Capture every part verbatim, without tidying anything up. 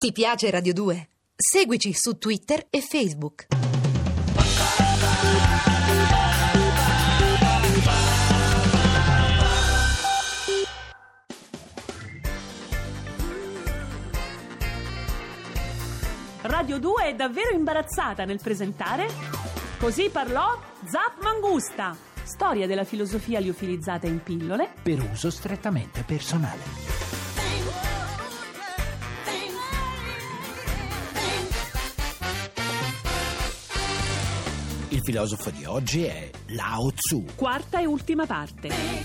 Ti piace Radio due? Seguici su Twitter e Facebook. Radio due è davvero imbarazzata nel presentare Così parlò Zap Mangusta, storia della filosofia liofilizzata in pillole per uso strettamente personale. Il filosofo di oggi è Lao Tzu. Quarta e ultima parte.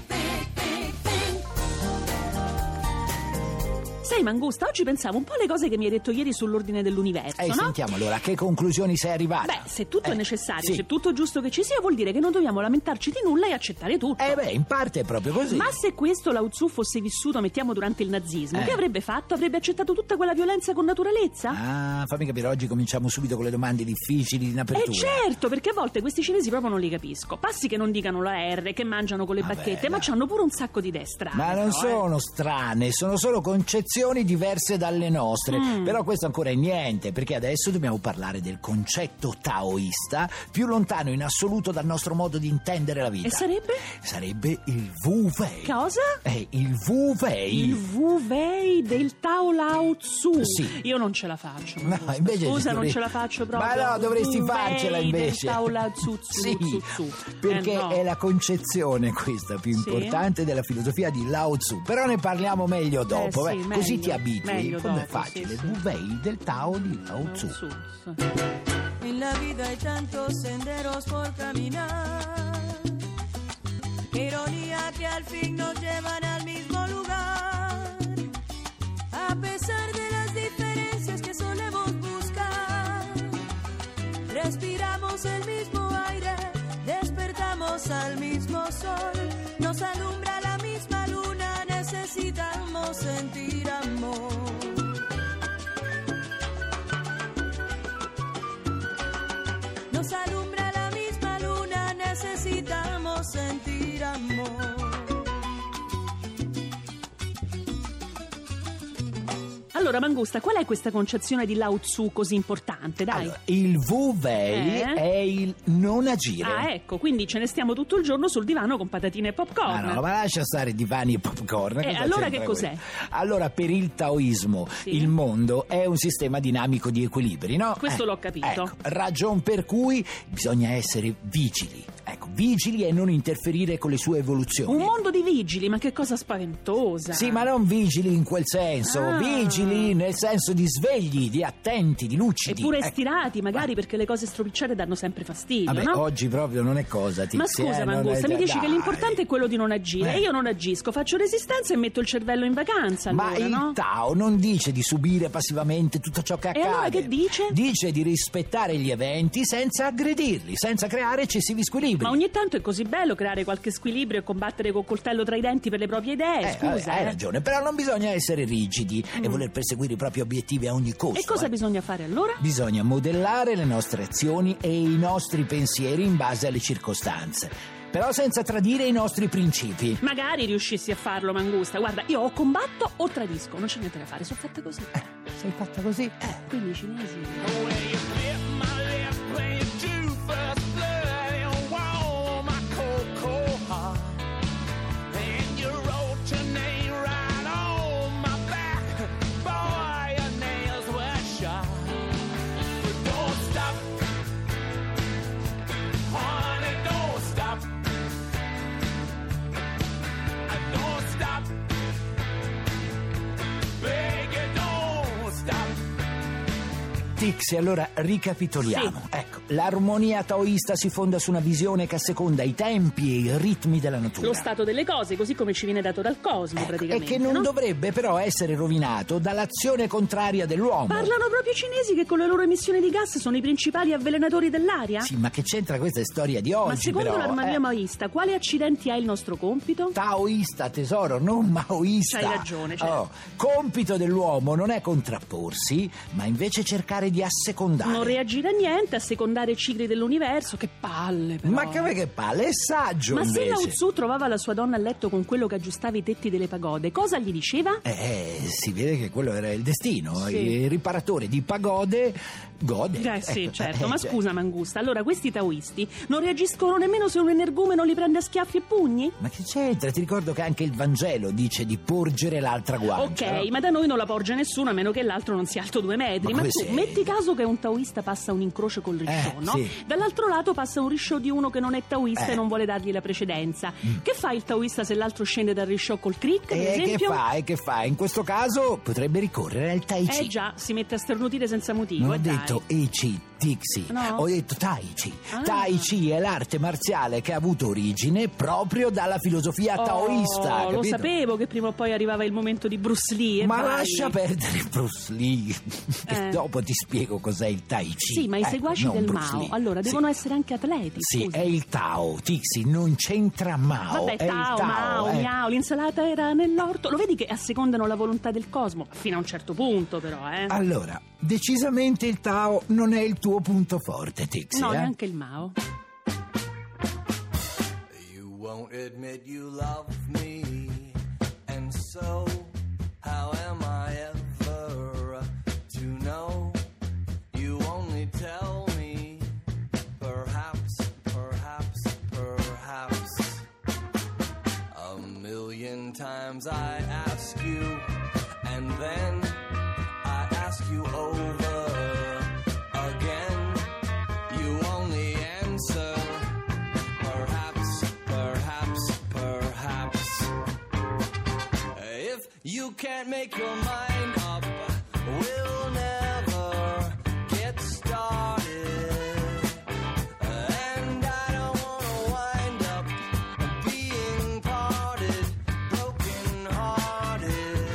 Sai Mangusta, oggi pensavo un po' alle cose che mi hai detto ieri sull'ordine dell'universo, Eh, no? sentiamo allora, a che conclusioni sei arrivata? Beh, se tutto eh, è necessario, sì. se tutto è giusto che ci sia, vuol dire che non dobbiamo lamentarci di nulla e accettare tutto. Eh beh, in parte è proprio così. Ma se questo Lao Tzu fosse vissuto, mettiamo, durante il nazismo, Eh. che avrebbe fatto? Avrebbe accettato tutta quella violenza con naturalezza? Ah, fammi capire, oggi cominciamo subito con le domande difficili in apertura. Eh certo, perché a volte questi cinesi proprio non li capisco. Passi che non dicano la R, che mangiano con le Vabbè, bacchette, dai. ma c'hanno pure un sacco di idee strane. Ma non però, eh. sono strane, sono solo concezioni diverse dalle nostre. Mm. Però questo ancora è niente, perché adesso dobbiamo parlare del concetto taoista, più lontano in assoluto dal nostro modo di intendere la vita. E sarebbe? Sarebbe il Wu Wei. Cosa? Eh, il Wu Wei. Il Wu Wei del Tao Lao Tzu. Sì. Io non ce la faccio. No, invece Scusa, non dovrei- ce la faccio proprio. Ma no, dovresti Wu farcela Wei invece. Del Tao Lao Tzu, Tzu, Sì, Tzu, Tzu. perché Eh, no. è la concezione questa più Sì. importante della filosofia di Lao Tzu. Però ne parliamo meglio dopo, Eh, eh. sì, così meglio, ti abitui. meglio Come è dopo, facile, sì, il sì. Wu Wei del Tao di Lao Tzu. Tzu, sì. En la vida hay tantos senderos por caminar. Qué ironía que al fin nos llevan al mismo lugar. A pesar de las diferencias que solemos buscar, respiramos el mismo aire, despertamos al mismo sol, nos alumbra la misma luna, necesitamos sentir amor. Nos alumbra la misma luna, necesitamos sentir amor. Allora, Mangusta, qual è questa concezione di Lao Tzu così importante? Dai. Allora, il Wu Wei Eh? è il non agire. Ah, ecco, quindi ce ne stiamo tutto il giorno sul divano con patatine e popcorn. Ma no, ma lascia stare divani e popcorn. Eh, cosa allora c'entra che cos'è? quello? Allora, per il taoismo, Sì. il mondo è un sistema dinamico di equilibri, no? Questo l'ho capito. Ecco, ragion per cui bisogna essere vigili. Ecco, vigili e non interferire con le sue evoluzioni. Un mondo di vigili, ma che cosa spaventosa. Sì, ma non vigili in quel senso, Ah. vigili nel senso di svegli, di attenti, di lucidi. Eppure Ecco. stirati, magari, perché le cose stropicciate danno sempre fastidio, Vabbè, no? oggi proprio non è cosa, Tizia. Ma scusa, eh, non Mangusta, è- mi dici dai. che l'importante è quello di non agire. Eh. E io non agisco, faccio resistenza e metto il cervello in vacanza, allora, Ma il no? Tao non dice di subire passivamente tutto ciò che E accade. allora che dice? Dice di rispettare gli eventi senza aggredirli, senza creare eccessivi squilibri. Ma ogni tanto è così bello creare qualche squilibrio e combattere col coltello tra i denti per le proprie idee, Eh, scusa. hai eh. ragione, però non bisogna essere rigidi e voler perseguire i propri obiettivi a ogni costo. E cosa eh. bisogna fare allora? Bisogna modellare le nostre azioni e i nostri pensieri in base alle circostanze, però senza tradire i nostri principi. Magari riuscissi a farlo, Mangusta. Guarda, io o combatto o tradisco, non c'è niente da fare, sono fatta così. Eh, sei fatta così? Eh. Quindi i cinesi... Tixi, allora ricapitoliamo. Sì. Ecco, l'armonia taoista si fonda su una visione che asseconda i tempi e i ritmi della natura. Lo stato delle cose, così come ci viene dato dal cosmo, Ecco, e praticamente. che non no? dovrebbe però essere rovinato dall'azione contraria dell'uomo. Parlano proprio i cinesi che con le loro emissioni di gas sono i principali avvelenatori dell'aria? Sì, ma che c'entra questa storia di oggi? Ma secondo però, l'armonia eh? maoista, quali accidenti ha il nostro compito? Taoista, tesoro, non maoista. C'hai ragione, certo. Oh, compito dell'uomo non è contrapporsi, ma invece cercare cercare di assecondare. Non reagire a niente, assecondare i cicli dell'universo. Che palle, però. Ma che, che palle, è saggio. Ma invece. se Lao Tzu trovava la sua donna a letto con quello che aggiustava i tetti delle pagode, cosa gli diceva? Eh, si vede che quello era il destino. Sì. Il riparatore di pagode gode. Eh sì, Ecco, certo. eh, Ma cioè. scusa, Mangusta, allora questi taoisti non reagiscono nemmeno se un energumeno li prende a schiaffi e pugni? Ma che c'entra? Ti ricordo che anche il Vangelo dice di porgere l'altra guancia. Ok, no? ma da noi non la porge nessuno a meno che l'altro non sia alto due metri. Ma Ma, come tu sei? metti caso che un taoista passa un incrocio col risciò, Eh, no? sì. Dall'altro lato passa un risciò di uno che non è taoista Eh. e non vuole dargli la precedenza. Mm. Che fa il taoista se l'altro scende dal risciò col crick, per E che esempio? fa? E che fa? In questo caso potrebbe ricorrere al Tai Chi. Eh già, si mette a sternutire senza motivo. Non ho eh, dai. detto E C, Tixi, No? ho detto Tai Chi. Ah. Tai Chi è l'arte marziale che ha avuto origine proprio dalla filosofia Oh, taoista, lo capito? sapevo che prima o poi arrivava il momento di Bruce Lee. e Ma vai. lascia perdere Bruce Lee, che Eh. dopo ti spiego cos'è il Tai Chi. Sì, ma i Ecco, seguaci non del Bruce Mao, Lee. allora, Sì. devono essere anche atleti. Sì, scusa. è il Tao, Tixi, non c'entra Mao. Vabbè, è il Tao, Tao, Mao, eh. Miao, l'insalata era nell'orto. Lo vedi che assecondano la volontà del cosmo? Fino a un certo punto, però, eh. Allora, decisamente il Tao non è il tuo punto forte, Tixi. no, eh? neanche il Mao. You won't admit you love me, and so how am I ever to know? You only tell me, perhaps, perhaps, perhaps. A million times I ask you, and then I ask you over again. You only answer, perhaps, perhaps, perhaps. If you can't make your mind up, we'll never get started. And I don't wanna wind up being parted, broken hearted.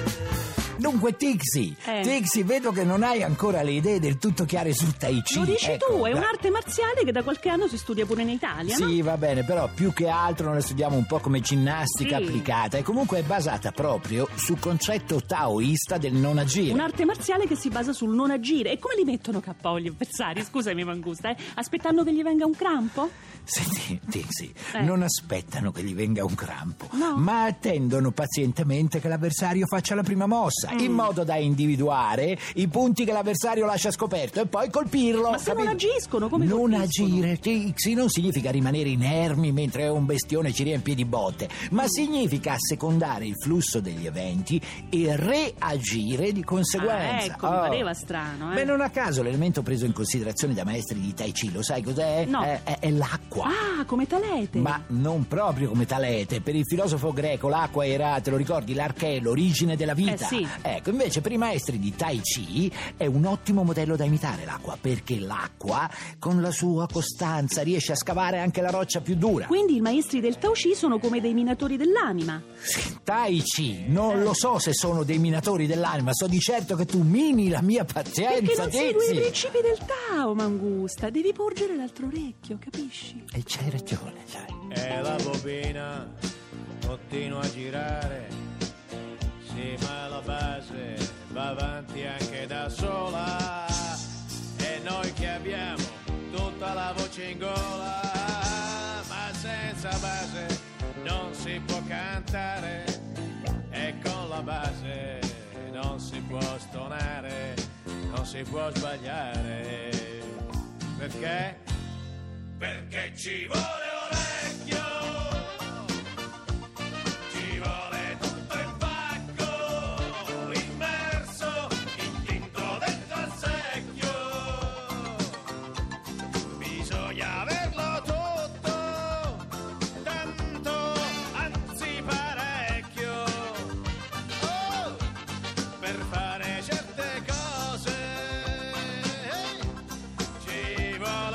Dunque, Tixi, Eh. Tixi, vedo che non hai ancora le idee del tutto chiare sul Tai Chi. Lo dici Ecco, tu, è dai. un'arte marziale che da qualche anno si studia pure in Italia, no? Sì, va bene, però più che altro noi la studiamo un po' come ginnastica Sì. applicata e comunque è basata proprio sul concetto taoista del non agire. Un'arte marziale che si basa sul non agire. E come li mettono K O gli avversari? Scusami, Mangusta, eh? Aspettando che gli venga un crampo? Senti, Tixi, Eh. non aspettano che gli venga un crampo, No. ma attendono pazientemente che l'avversario faccia la prima mossa, Mm. in modo da individuare i punti che l'avversario lascia scoperto e poi colpirlo. Ma se non capito? agiscono, come Non colpiscono? agire, Tixi, non significa rimanere inermi mentre un bestione ci riempie di botte, ma significa assecondare il flusso degli eventi e reagire di conseguenza. Ah, ecco, mi Oh. pareva strano, eh. Beh, non a caso l'elemento preso in considerazione da maestri di Tai Chi, lo sai cos'è? No. È, è- è l'acqua. Ah, come talete. Ma non proprio come talete. Per il filosofo greco l'acqua era, te lo ricordi, l'archè, l'origine della vita. Eh, sì. Ecco, invece per i maestri di Tai Chi è un ottimo modello da imitare l'acqua, perché l'acqua con la sua costanza riesce a scavare anche la roccia più dura. Quindi i maestri del Tao Chi sono come dei minatori dell'anima. Tai Chi, non lo so se sono dei minatori dell'anima, so di certo che tu mini la mia Perché pazienza, non segui i Tixi. principi del Tao, Mangusta. Devi porgere l'altro orecchio, capisci? E c'hai ragione, sai. E la bobina continua a girare, sì, ma la base va avanti anche da sola. E noi che abbiamo tutta la voce in gola, ma senza base non si può cantare, e con la base non si può stonare, non si può sbagliare. Perché? Perché ci vuole l'orecchio, ci vuole tutto il pacco, immerso, intinto dentro al secchio. Bisogna averlo tutto, tanto, anzi parecchio, oh, per fare certe cose. Ci vuole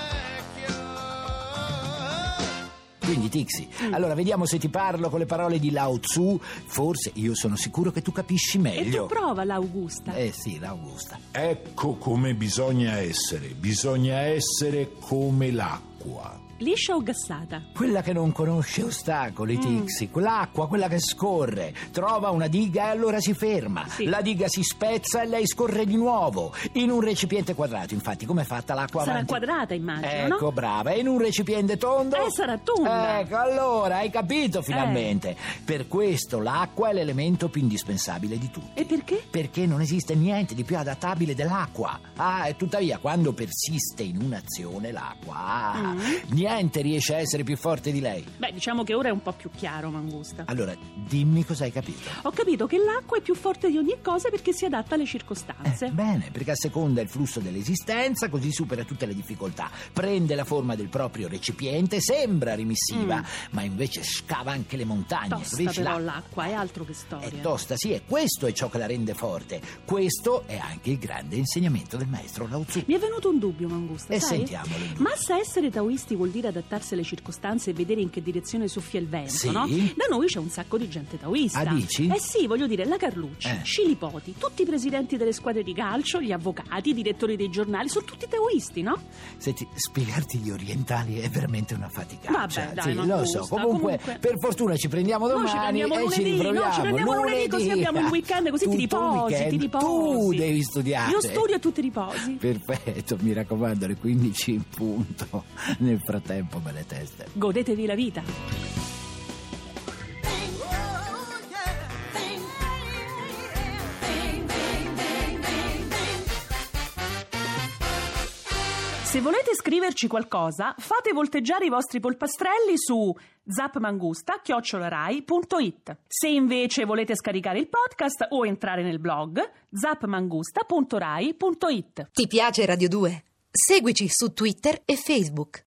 Quindi, Tixi, allora vediamo se ti parlo con le parole di Lao Tzu. Forse io sono sicuro che tu capisci E tu meglio. prova l'Augusta. Eh sì, l'Augusta. Ecco come bisogna essere. Bisogna essere come l'acqua. liscia o gassata? Quella che non conosce ostacoli, Mm. Tixi. Quell'acqua, quella che scorre. Trova una diga e allora si ferma. Sì. La diga si spezza e lei scorre di nuovo. In un recipiente quadrato, infatti, com'è fatta l'acqua Sarà avanti? quadrata, immagino, Ecco, no? brava. E in un recipiente tondo? Eh, sarà tonda. Ecco, allora, hai capito finalmente. Per questo l'acqua è l'elemento più indispensabile di tutti. E perché? Perché non esiste niente di più adattabile dell'acqua. Ah, e tuttavia, quando persiste in un'azione l'acqua, ah, Mm. niente riesce a essere più forte di lei. Beh, diciamo che ora è un po' più chiaro, Mangusta. Allora, dimmi cosa hai capito. Ho capito che l'acqua è più forte di ogni cosa perché si adatta alle circostanze. Eh, bene, perché asseconda il flusso dell'esistenza, così supera tutte le difficoltà. Prende la forma del proprio recipiente, sembra remissiva, Mm. ma invece scava anche le montagne. Tosta capisci? però La- l'acqua, è altro che storia. È tosta, sì, e questo è ciò che la rende forte. Questo è anche il grande insegnamento del maestro Lao Tzu. Mi è venuto un dubbio, Mangusta, E sai? sentiamolo il dubbio. Ma se essere taoisti vuol dire adattarsi alle circostanze e vedere in che direzione soffia il vento, Sì. no? Da noi c'è un sacco di gente taoista. Ah, dici? Eh sì, voglio dire, la Carlucci, Eh. Scilipoti, tutti i presidenti delle squadre di calcio, gli avvocati, i direttori dei giornali, sono tutti taoisti, no? Senti, spiegarti gli orientali è veramente una fatica. Vabbè, dai, sì, ma lo gusta, so. Comunque, comunque- per fortuna ci prendiamo Noi domani ci prendiamo e ci lunedì, riproviamo. no, ci prendiamo lunedì, così abbiamo il weekend, così ti Tutto il riposi, weekend. ti riposi. Tu devi studiare. Io studio e tu ti riposi. Perfetto, mi raccomando, alle quindici in punto. Nel frattempo, belle teste. Godetevi la vita. Se volete scriverci qualcosa, fate volteggiare i vostri polpastrelli su zapmangusta chiocciola rai punto it. Se invece volete scaricare il podcast o entrare nel blog, zapmangusta punto rai punto it. Ti piace Radio due? Seguici su Twitter e Facebook.